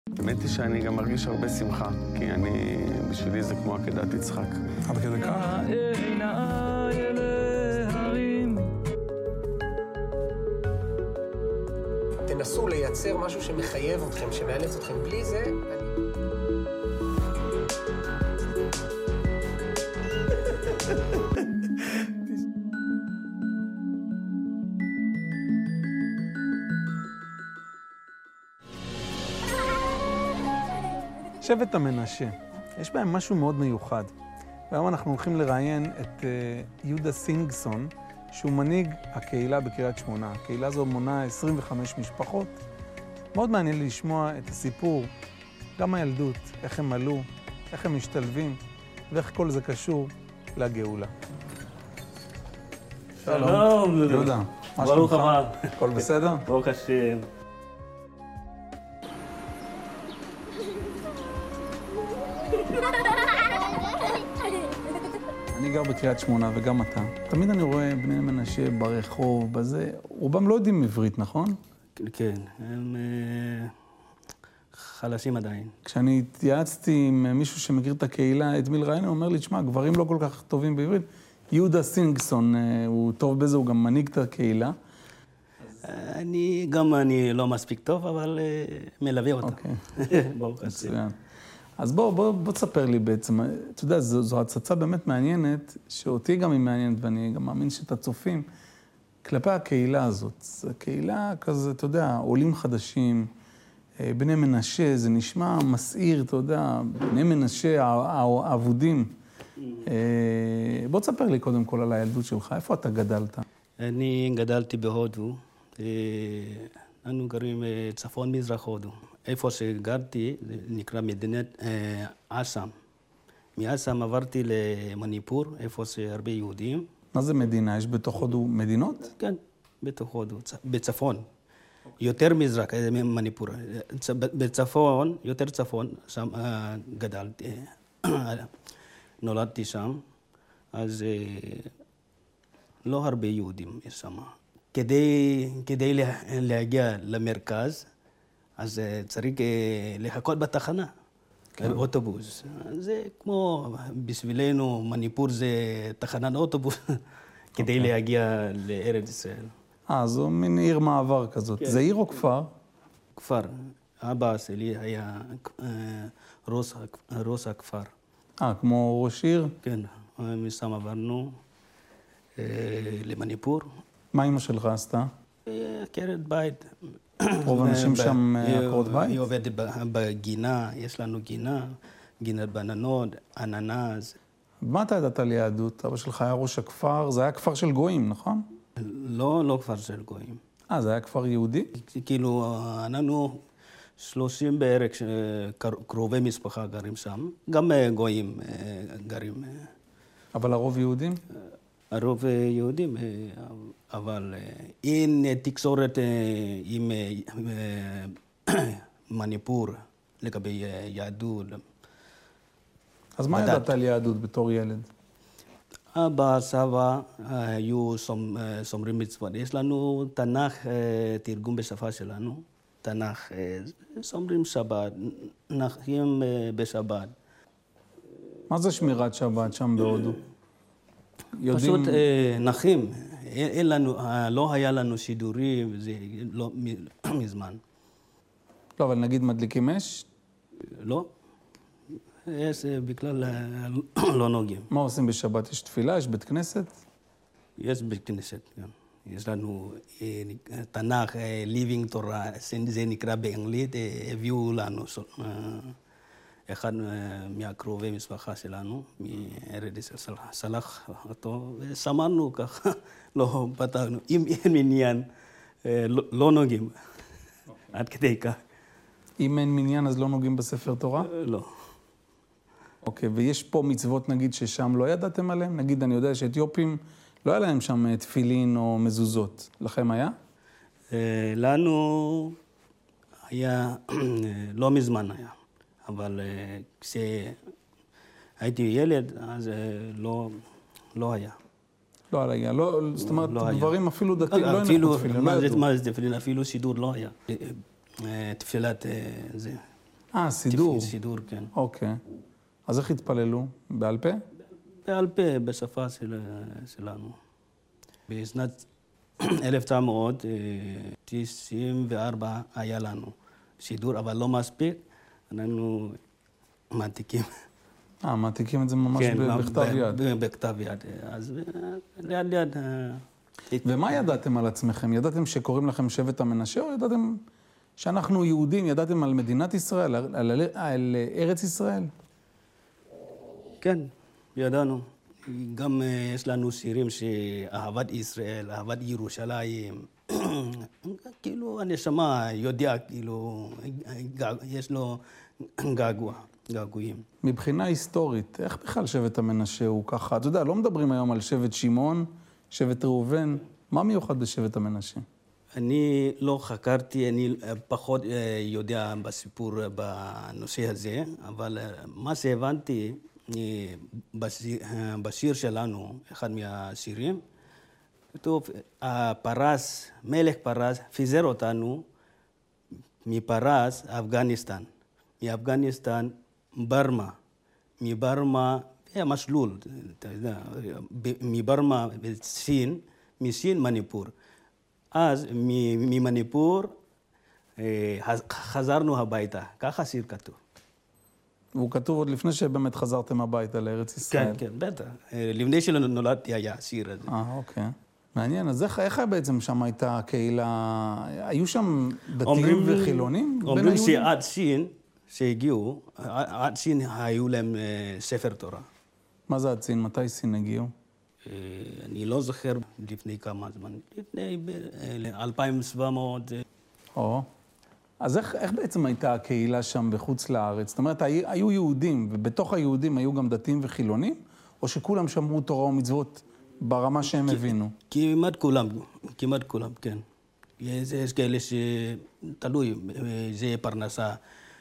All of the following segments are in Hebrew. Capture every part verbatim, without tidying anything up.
האמת היא שאני גם מרגיש הרבה שמחה, כי אני, בשבילי זה כמו עקדת יצחק. עד כדי כך? תנסו לייצר משהו שמחייב אתכם, שמאלץ אתכם. בלי זה... שבט המנשה, יש בהם משהו מאוד מיוחד. והיום אנחנו הולכים לראיין את uh, יהודה סינגסון, שהוא מנהיג הקהילה בקריית שמונה. הקהילה הזו מונה עשרים וחמש משפחות. מאוד מעניין לי לשמוע את הסיפור, גם הילדות, איך הם עלו, איך הם משתלבים, ואיך כל זה קשור לגאולה. שלום, יהודה. ברוך הבא. הכל בסדר? ברוך השם. אני גר בקריית שמונה וגם אתה. תמיד אני רואה בני מנשה ברחוב, בזה, רובם לא יודעים עברית, נכון? כן, הם חלשים עדיין. כשאני התייעצתי עם מישהו שמכיר את הקהילה, את מיל ראיין, הוא אומר לי, תשמע, גברים לא כל כך טובים בעברית. יהודה סינגסון, הוא טוב בזה, הוא גם מנהיג את הקהילה. אני, גם אני לא מספיק טוב, אבל מלווה אותה. אוקיי. ברוך השם. אז בוא, בוא, בוא תספר לי בעצם, אתה יודע, זו, זו הצצה באמת מעניינת, שאותי גם היא מעניינת, ואני גם מאמין שאת הצופים, כלפי הקהילה הזאת. זו קהילה כזה, אתה יודע, עולים חדשים, בני מנשה, זה נשמע מסעיר, אתה יודע, בני מנשה, האבודים. בוא תספר לי קודם כל על הילדות שלך, איפה אתה גדלת? אני גדלתי בהודו, אנו גרים צפון מזרח הודו. איפה שגרתי, זה נקרא מדינת אסם. מאסם עברתי למניפור, איפה שהרבה יהודים. מה זה מדינה? יש בתוך הודו מדינות? כן, בתוך הודו, בצפון. יותר מזרח, מניפור. בצפון, יותר צפון, שם גדלתי, נולדתי שם, אז לא הרבה יהודים יש שם. כדי, כדי להגיע למרכז, אז צריך לחכות בתחנה, אוטובוס. זה כמו, בשבילנו, מניפור זה תחנת אוטובוס, כדי להגיע לארץ ישראל. אה, זו מין עיר מעבר כזאת. זה עיר או כפר? כפר. אבא שלי היה ראש הכפר. אה, כמו ראש עיר? כן, משם עברנו למניפור. מה אמא שלך עשתה? עקרת בית. רוב האנשים שם עקרות בית? היא עובדת בגינה, יש לנו גינה, גינת בננות, אננס. מה אתה ידעת על יהדות? אבא שלך היה ראש הכפר, זה היה כפר של גויים, נכון? לא, לא כפר של גויים. אה, זה היה כפר יהודי? כאילו, אנחנו שלושים בערך קרובי משפחה גרים שם, גם גויים גרים. אבל הרוב יהודים? הרוב יהודים, אבל אין תקשורת עם מניפור לגבי יהדות. אז מה ידעת על יהדות בתור ילד? אבא, סבא היו שומרים מצוות. יש לנו תנ"ך, תרגום בשפה שלנו. תנ"ך, שומרים שבת, נחים בשבת. מה זה שמירת שבת שם בהודו? פשוט נחים. אין לנו, לא היה לנו שידורים, זה לא מזמן. לא, אבל נגיד מדליקים אש? לא. יש בכלל לא נוגעים. מה עושים בשבת? יש תפילה? יש בית כנסת? יש בית כנסת, כן. יש לנו תנ"ך, ליבינג תורה, זה נקרא באנגלית, הביאו לנו אחד מהקרובי משפחה שלנו, מארץ ישראל, סלח אותו, ושמרנו ככה, לא פתחנו. אם אין מניין, לא נוגעים, עד כדי כך. אם אין מניין, אז לא נוגעים בספר תורה? לא. אוקיי, ויש פה מצוות, נגיד, ששם לא ידעתם עליהם? נגיד, אני יודע שאתיופים, לא היה להם שם תפילין או מזוזות. לכם היה? לנו היה, לא מזמן היה. אבל כשהייתי ילד, אז לא, לא היה. לא היה, לא, זאת אומרת, לא דברים היה. אפילו דתיים, לא אפילו, הנחו תפילין, מה לא זה, ידעו. מה זה תפילין? אפילו שידור לא היה. תפילת זה, אה, סידור. סידור, כן. אוקיי. אז איך התפללו? בעל פה? בעל פה, בשפה של, שלנו. בשנת אלף תשע מאות תשעים וארבע היה לנו סידור, אבל לא מספיק, אנחנו מעתיקים. אה, מעתיקים את זה ממש כן, בכתב יד. בכתב יד. אז ליד ליד... ומה ידעתם על עצמכם? ידעתם שקוראים לכם שבט המנשה, או ידעתם שאנחנו יהודים, ידעתם על מדינת ישראל, על, על, על ארץ ישראל? כן, ידענו. גם יש לנו שירים שאהבת ישראל, אהבת ירושלים. כאילו, הנשמה יודע, כאילו, יש לו געגוע, געגועים. מבחינה היסטורית, איך בכלל שבט המנשה הוא ככה? אתה יודע, לא מדברים היום על שבט שמעון, שבט ראובן. מה מיוחד בשבט המנשה? אני לא חקרתי, אני פחות יודע בסיפור בנושא הזה, אבל מה שהבנתי, בשיר שלנו, אחד מהשירים, כתוב, הפרס, מלך פרס, פיזר אותנו מפרס, אפגניסטן. מאפגניסטן, ברמה. מברמה, משלול, אתה יודע, מברמה בסין, מסין מניפור. אז ממניפור חזרנו הביתה, ככה שיר כתוב. והוא כתוב עוד לפני שבאמת חזרתם הביתה לארץ ישראל. כן, כן, בטח. לפני שנולדתי היה השיר הזה. אה, אוקיי. מעניין. אז איך, איך בעצם שם הייתה הקהילה? היו שם דתיים וחילונים? אומרים שעד סין, שהגיעו, עד סין היו להם ספר תורה. מה זה עד סין? מתי סין הגיעו? אני לא זוכר לפני כמה זמן. לפני אלפיים ושבע מאות. או. אז איך, איך בעצם הייתה הקהילה שם בחוץ לארץ? זאת אומרת, היו יהודים, ובתוך היהודים היו גם דתיים וחילונים, או שכולם שמרו תורה ומצוות ברמה שהם הבינו? כמעט כולם, כמעט כולם, כן. יש, יש כאלה שתלוי, זה פרנסה,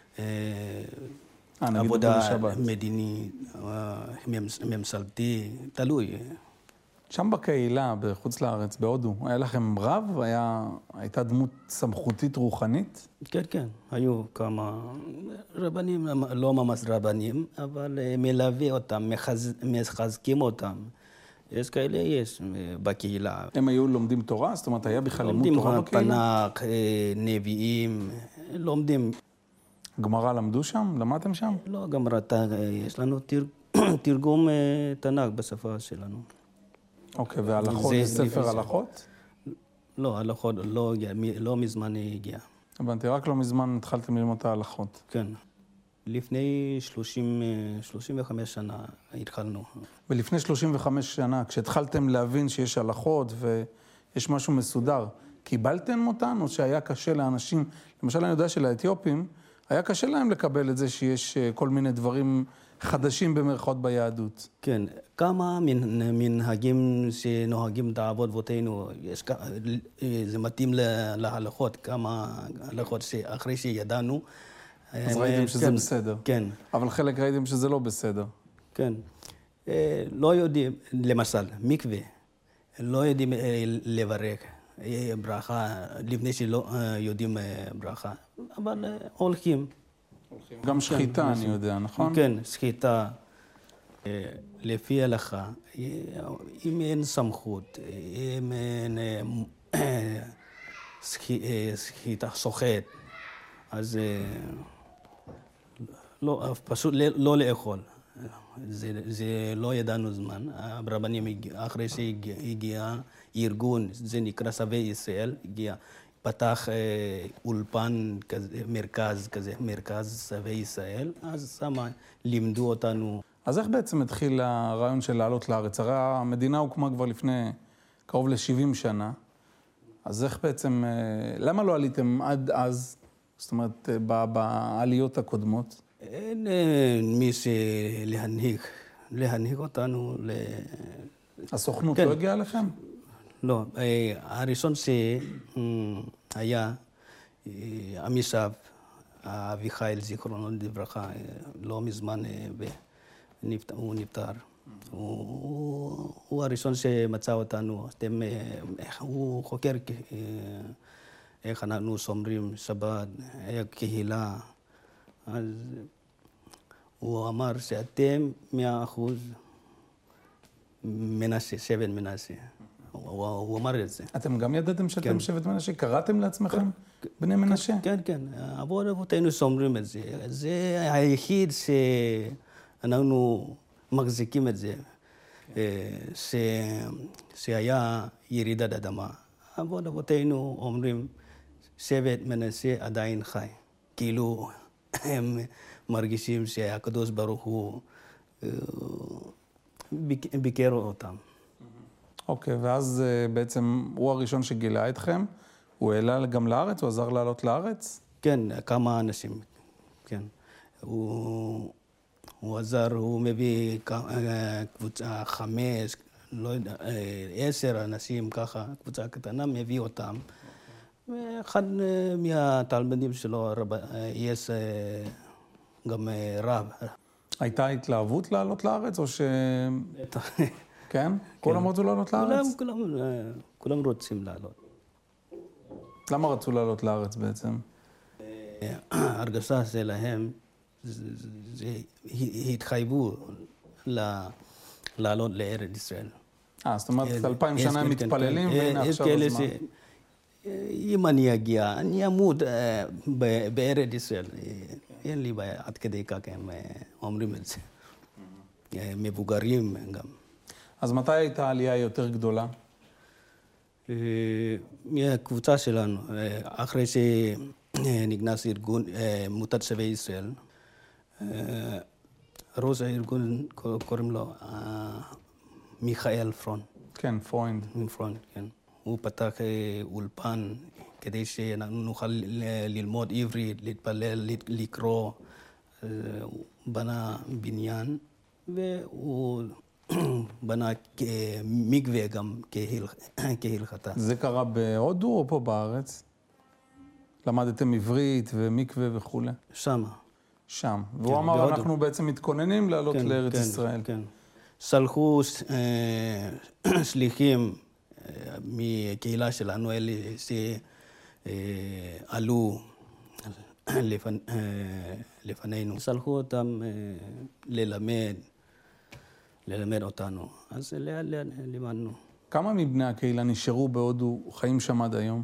עבודה מדיני, ממשלתי, תלוי. שם בקהילה, בחוץ לארץ, בהודו, היה לכם רב? היה, הייתה דמות סמכותית רוחנית? כן, כן. היו כמה רבנים, לא ממש רבנים, אבל מלווה אותם, מחז, מחזקים אותם. יש כאלה, יש בקהילה. הם היו לומדים תורה? זאת אומרת, היה בכלל לימוד תורה בקהילה? לומדים תנ"ך, נביאים, לומדים. גמרא למדו שם? למדתם שם? לא, גמרא, יש לנו תרגום תנ"ך בשפה שלנו. אוקיי, והלכות זה ספר הלכות? לא, הלכות לא הגיע, לא מזמן הגיע. הבנתי, רק לא מזמן התחלתם ללמוד את ההלכות. כן. לפני שלושים, שלושים וחמש שנה התחלנו. ולפני שלושים וחמש שנה, כשהתחלתם להבין שיש הלכות ויש משהו מסודר, קיבלתם אותן או שהיה קשה לאנשים, למשל אני יודע שלאתיופים, היה קשה להם לקבל את זה שיש כל מיני דברים חדשים במרכאות ביהדות. כן, כמה מנהגים שנוהגים את אבותינו, זה מתאים להלכות, כמה הלכות שאחרי שידענו. אז ראיתם שזה כן, בסדר. כן. אבל חלק ראיתם שזה לא בסדר. כן. לא יודעים, למשל, מקווה, לא יודעים לברך ברכה, לפני שלא יודעים ברכה, אבל הולכים. גם שחיטה, אני יודע, נכון? כן, שחיטה. לפי ההלכה, אם אין סמכות, אם אין שחיטה סוחט, אז לא, פשוט לא לאכול. זה, זה לא ידענו זמן. הרבנים, אחרי שהגיע ארגון, זה נקרא שבי ישראל, הגיע, פתח אולפן כזה, מרכז כזה, מרכז שבי ישראל, אז שמה לימדו אותנו. אז איך בעצם התחיל הרעיון של לעלות לארץ? הרי המדינה הוקמה כבר לפני קרוב ל-שבעים שנה, אז איך בעצם, למה לא עליתם עד אז, זאת אומרת, בעליות הקודמות? אין מי שלהנהיג, להנהיג אותנו ל... הסוכנות כן. לא הגיעה לכם? לא, הראשון שהיה עמישב, אביחיל, זיכרונו לברכה, לא מזמן הוא נפטר. הוא, הוא הראשון שמצא אותנו, אתם, הוא חוקר איך אנחנו שומרים שבת, קהילה, אז הוא אמר שאתם מאה אחוז מנשה, שבט מנשה. הוא, הוא אמר את זה. אתם גם ידעתם שאתם כן. שבט מנשה? קראתם לעצמכם בני מנשה? כן, כן. אבות אבותינו שומרים את זה. זה היחיד שאנחנו מחזיקים את זה. ש... שהיה ירידת אדמה. אבות אבותינו אומרים, שבט מנשה עדיין חי. כאילו הם מרגישים שהקדוש ברוך הוא ביקר אותם. אוקיי, ואז בעצם הוא הראשון שגילה אתכם, הוא העלה גם לארץ, הוא עזר לעלות לארץ? כן, כמה אנשים, כן. הוא, הוא עזר, הוא מביא קבוצה חמש, לא יודע, עשר אנשים ככה, קבוצה קטנה, מביא אותם. ואחד מהתלמידים שלו, רב, יש גם רב. הייתה התלהבות לעלות לארץ, או ש... כן? כולם רצו לעלות לארץ? כולם, כולם, כולם רוצים לעלות. למה רצו לעלות לארץ בעצם? ההרגשה שלהם, התחייבו לעלות לארץ ישראל. אה, זאת אומרת, אלפיים שנה הם מתפללים, והנה עכשיו הזמן. אם אני אגיע, אני אמות בארץ ישראל. אין לי בעיה, עד כדי כך הם אומרים את זה. מבוגרים גם. אז מתי הייתה העלייה יותר גדולה? מהקבוצה שלנו, אחרי שנכנס ארגון עמותת שבי ישראל, ראש הארגון קוראים לו מיכאל פרונט. כן, פרוינד. פרונט, כן. הוא פתח אולפן כדי שנוכל ללמוד עברית, להתפלל, לקרוא. הוא בנה בניין, והוא בנה מקווה גם כהלכתה. זה קרה בהודו או פה בארץ? למדתם עברית ומקווה וכו'? שם. שם. והוא אמר, אנחנו בעצם מתכוננים לעלות לארץ כן, ישראל. כן. שלחו שליחים מקהילה שלנו, אלה שעלו לפנינו. שלחו אותם ללמד, ללמד אותנו. אז לאט לאט לימדנו. כמה מבני הקהילה נשארו בהודו, חיים שם עד היום?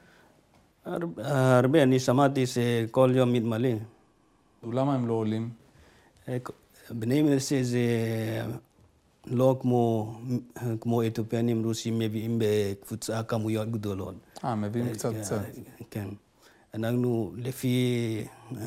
הרבה, אני שמעתי שכל יום מתמלא. למה הם לא עולים? בני מנשה זה לא כמו, כמו אתיופיינים רוסים מביאים בקבוצה כמויות גדולות. אה, מביאים קצת קצת. כן. אנחנו לפי,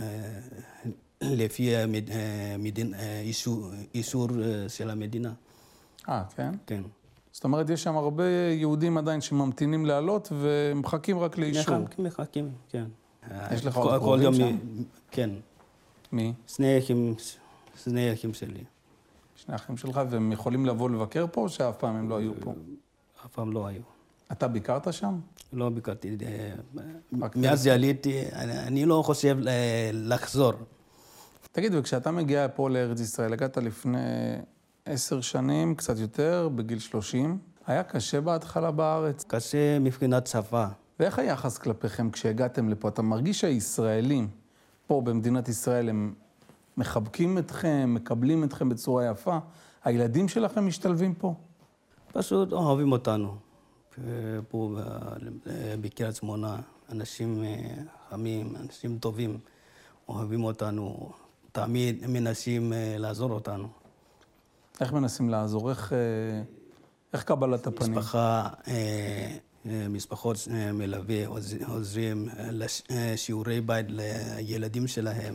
לפי המדינה, אישור, אישור של המדינה. אה, כן? כן. זאת אומרת, יש שם הרבה יהודים עדיין שממתינים לעלות ומחכים רק לאישור. מחכים, מחכים, כן. יש לך עוד קרובים שם? כן. מי? שני אחים, שני אחים שלי. שני אחים שלך, והם יכולים לבוא לבקר פה, או שאף פעם הם לא היו פה? אף פעם לא היו. אתה ביקרת שם? לא ביקרתי. מאז שעליתי, אני לא חושב לחזור. תגיד, וכשאתה מגיע פה לארץ ישראל, הגעת לפני עשר שנים, קצת יותר, בגיל שלושים, היה קשה בהתחלה בארץ? קשה מבחינת שפה. ואיך היחס כלפיכם כשהגעתם לפה? אתה מרגיש שהישראלים פה במדינת ישראל הם מחבקים אתכם, מקבלים אתכם בצורה יפה? הילדים שלכם משתלבים פה? פשוט אוהבים אותנו. פה בקריית שמונה, אנשים חמים, אנשים טובים, אוהבים אותנו, תמיד מנסים לעזור אותנו. איך מנסים לעזור? איך, איך קבלת הפנים? משפחה, משפחות מלווה, עוזרים לשיעורי בית לילדים שלהם,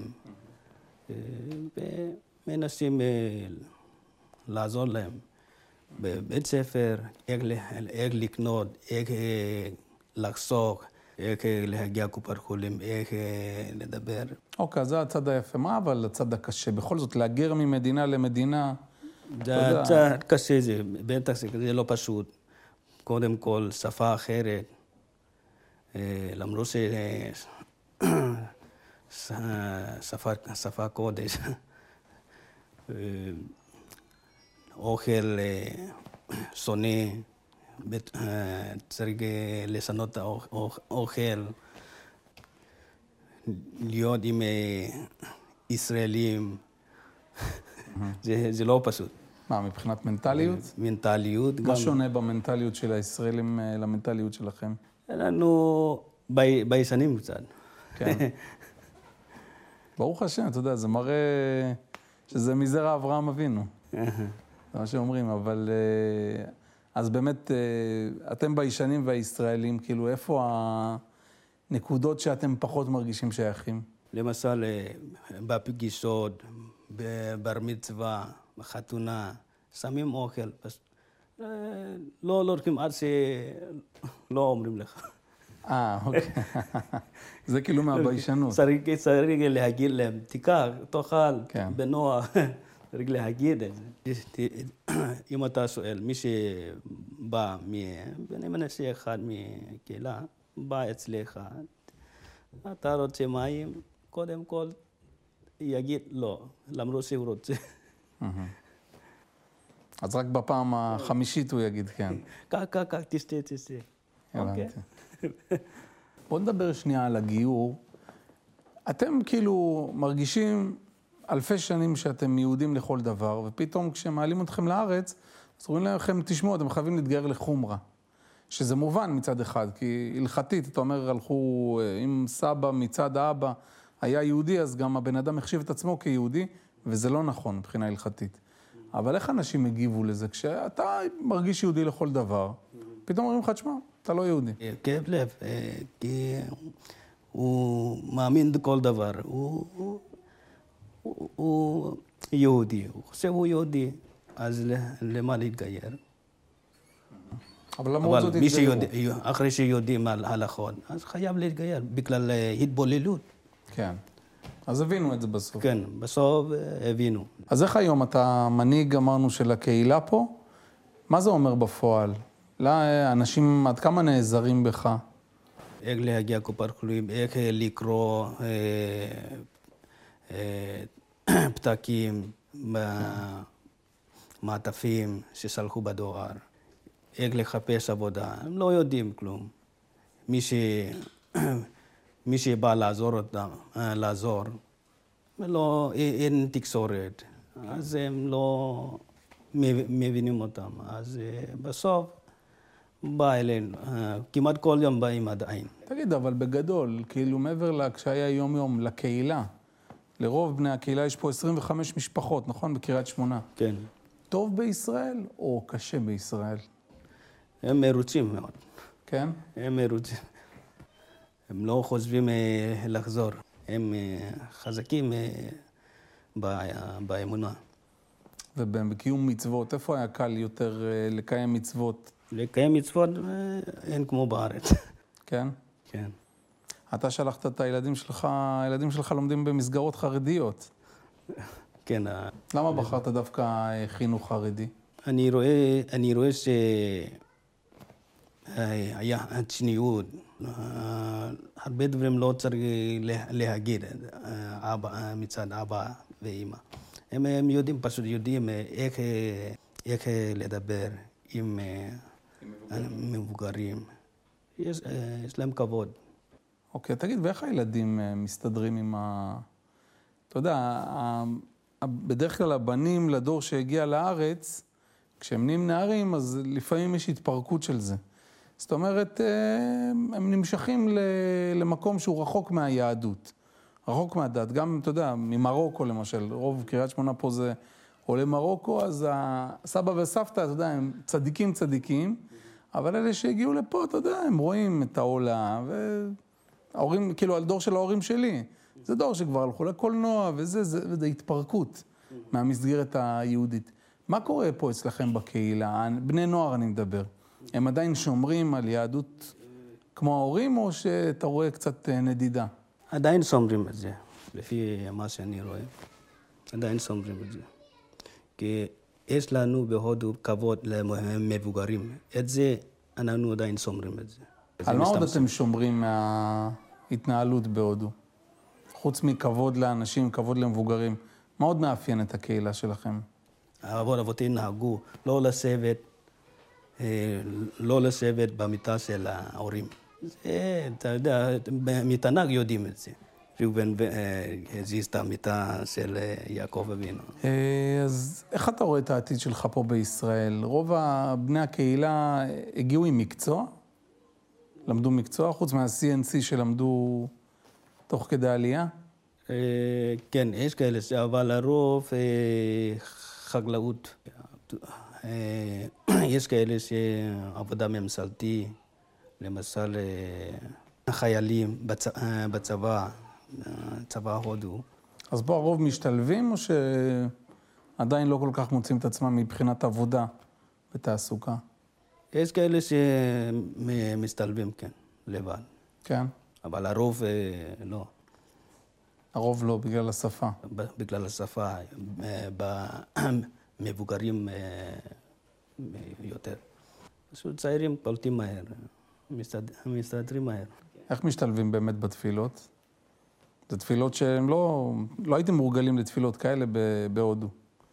ומנסים לעזור להם. בבית ספר, איך, איך לקנות, איך לחסוך, איך להגיע קופת חולים, איך לדבר. אוקיי, זה הצד היפה. מה אבל הצד הקשה? בכל זאת, להגר ממדינה למדינה... זה הצד קשה, זה בטח זה לא פשוט. קודם כל, שפה אחרת. למרות ששפה קודש. אוכל שונה, צריך לשנות את האוכל, להיות עם, ישראלים. זה, זה לא פשוט. מה, מבחינת מנטליות? מנטליות. מה שונה במנטליות של הישראלים למנטליות שלכם? אנחנו ביישנים קצת. כן. ברוך השם, אתה יודע, זה מראה שזה מזרע אברהם אבינו. זה מה שאומרים, אבל... אז באמת, אתם ביישנים והישראלים, כאילו, איפה הנקודות שאתם פחות מרגישים שייכים? למשל, בפגישות, בבר מצווה, בחתונה, שמים אוכל. לא לוקחים עד שלא אומרים לך. אה, אוקיי. זה כאילו מהביישנות. צריך להגיד להם, תיקח, תאכל, בנוח. צריך להגיד את זה. אם אתה שואל, מי שבא מבני מנשה אחד מקהילה, בא אצלך, אתה רוצה מים, קודם כל יגיד לא, למרות שהוא רוצה. אז רק בפעם החמישית הוא יגיד כן. כך, כך, כך, תשתה, תשתה. הבנתי. בואו נדבר שנייה על הגיור. אתם כאילו מרגישים אלפי שנים שאתם יהודים לכל דבר, ופתאום כשמעלים אתכם לארץ, אז אומרים לכם, תשמעו, אתם חייבים להתגייר לחומרה. שזה מובן מצד אחד, כי הלכתית, אתה אומר, הלכו, אם סבא מצד האבא היה יהודי, אז גם הבן אדם החשיב את עצמו כיהודי, וזה לא נכון מבחינה הלכתית. אבל איך אנשים הגיבו לזה? כשאתה מרגיש יהודי לכל דבר, פתאום אומרים לך, תשמע, אתה לא יהודי. כאב לב, כי הוא מאמין בכל דבר. הוא יהודי, הוא חושב שהוא יהודי, אז למה להתגייר? אבל למרות זאת התגיירו. אחרי שיודעים על הלכות, אז חייב להתגייר, בגלל התבוללות. כן. אז הבינו את זה בסוף. כן, בסוף הבינו. אז איך היום אתה מנהיג, אמרנו, של הקהילה פה? מה זה אומר בפועל? לאנשים, עד כמה נעזרים בך? איך להגיע קופת חולים, איך לקרוא פתקים, מעטפים ששלחו בדואר, איך לחפש עבודה, הם לא יודעים כלום. מי ש... מי שבא לעזור אותם, לעזור, לא, אין תקשורת, אז הם לא מבינים אותם. אז בסוף בא אלינו, כמעט כל יום באים עדיין. תגיד, אבל בגדול, כאילו מעבר לכשהיה יום-יום לקהילה, לרוב בני הקהילה יש פה עשרים וחמש משפחות, נכון? בקריית שמונה. כן. טוב בישראל או קשה בישראל? הם מרוצים מאוד. כן? הם מרוצים. הם לא חושבים לחזור. הם חזקים באמונה. ובקיום מצוות, איפה היה קל יותר לקיים מצוות? לקיים מצוות אין כמו בארץ. כן? כן. אתה שלחת את הילדים שלך, הילדים שלך לומדים במסגרות חרדיות. כן. למה בחרת דווקא חינוך חרדי? אני רואה, אני רואה שהיה צניעות. הרבה דברים לא צריך להגיד מצד אבא ואמא. הם, הם יודעים, פשוט יודעים איך, איך לדבר עם מבוגרים. יש, יש להם כבוד. אוקיי, תגיד, ואיך הילדים מסתדרים עם ה... אתה יודע, בדרך כלל הבנים לדור שהגיע לארץ, כשהם נהיים נערים, אז לפעמים יש התפרקות של זה. זאת אומרת, הם נמשכים למקום שהוא רחוק מהיהדות, רחוק מהדת. גם, אתה יודע, ממרוקו למשל, רוב קריית שמונה פה זה עולה מרוקו, אז הסבא וסבתא, אתה יודע, הם צדיקים צדיקים, אבל אלה שהגיעו לפה, אתה יודע, הם רואים את העולה, וההורים, כאילו, על דור של ההורים שלי, זה דור שכבר הלכו לקולנוע, וזה, זה, וזה התפרקות מהמסגרת היהודית. מה קורה פה אצלכם בקהילה? בני נוער אני מדבר. הם עדיין שומרים על יהדות כמו ההורים, או שאתה רואה קצת נדידה? עדיין שומרים את זה, לפי מה שאני רואה. עדיין שומרים את זה. כי יש לנו בהודו כבוד למבוגרים. את זה אנחנו עדיין שומרים את זה. על מה עוד אתם שומרים מההתנהלות בהודו? חוץ מכבוד לאנשים, כבוד למבוגרים. מה עוד מאפיין את הקהילה שלכם? אבות אבותינו נהגו לא לשבת, לא לשבת במיטה של ההורים. זה, אתה יודע, מתנ"ך יודעים את זה. ראובן הזיז את המיטה של יעקב אבינו. אז איך אתה רואה את העתיד שלך פה בישראל? רוב בני הקהילה הגיעו עם מקצוע? למדו מקצוע, חוץ מה-סי אן סי שלמדו תוך כדי עלייה? כן, יש כאלה, אבל הרוב חקלאות. יש כאלה שעבודה ממשלתי, למשל חיילים בצבא, צבא הודו. אז פה הרוב משתלבים או שעדיין לא כל כך מוצאים את עצמם מבחינת עבודה ותעסוקה? יש כאלה שמשתלבים, כן, לבד. כן. אבל הרוב לא. הרוב לא, בגלל השפה. בגלל השפה, במבוגרים יותר. פשוט צעירים קולטים מהר, מסתדרים מהר. איך משתלבים באמת בתפילות? זה תפילות שהם לא... לא הייתם מורגלים לתפילות כאלה בהודו.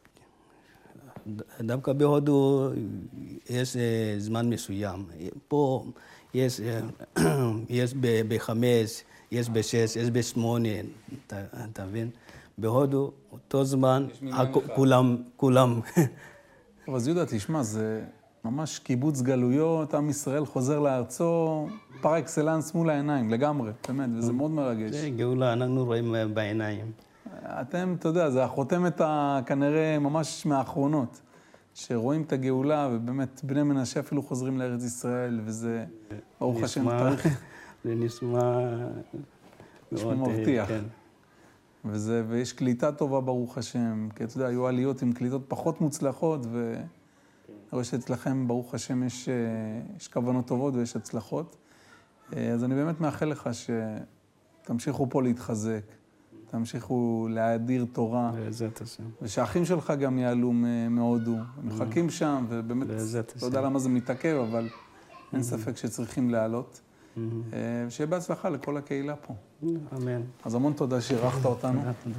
דווקא בהודו יש זמן מסוים. פה יש, יש בחמש, יש בשש, יש בשמונה, אתה מבין? בהודו, אותו זמן, כולם, כולם. אז יהודה, תשמע, זה ממש קיבוץ גלויות, עם ישראל חוזר לארצו, פר אקסלנס מול העיניים, לגמרי, באמת, וזה מאוד מרגש. זה גאולה, אנחנו רואים בעיניים. אתם, אתה יודע, זה החותמת כנראה ממש מהאחרונות, שרואים את הגאולה, ובאמת בני מנשה אפילו חוזרים לארץ ישראל, וזה, ברוך השם, תאריך. זה נשמע מאוד מבטיח. וזה, ויש קליטה טובה, ברוך השם, כי אתה יודע, היו עליות עם קליטות פחות מוצלחות, ואני רואה שאצלכם, ברוך השם, יש, יש כוונות טובות ויש הצלחות. אז אני באמת מאחל לך שתמשיכו פה להתחזק, תמשיכו להאדיר תורה. בעזרת השם. ושהאחים שלך גם יעלו מהודו, הם מחכים שם, ובאמת, לא יודע למה זה מתעכב, אבל אין ספק שצריכים לעלות. שיהיה בהצלחה לכל הקהילה פה. אמן. אז המון תודה שאירחת אותנו. תודה, תודה.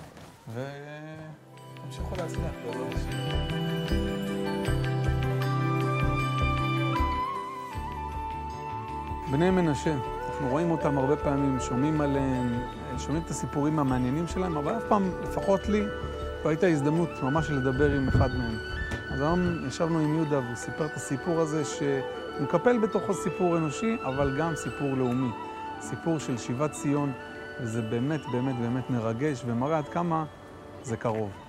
ותמשיכו להצליח. בני מנשה, אנחנו רואים אותם הרבה פעמים, שומעים עליהם, שומעים את הסיפורים המעניינים שלהם, אבל אף פעם, לפחות לי, לא הייתה הזדמנות ממש לדבר עם אחד מהם. אז היום ישבנו עם יהודה והוא סיפר את הסיפור הזה שהוא מקפל בתוכו סיפור אנושי, אבל גם סיפור לאומי. סיפור של שיבת ציון, וזה באמת, באמת, באמת מרגש ומראה עד כמה זה קרוב.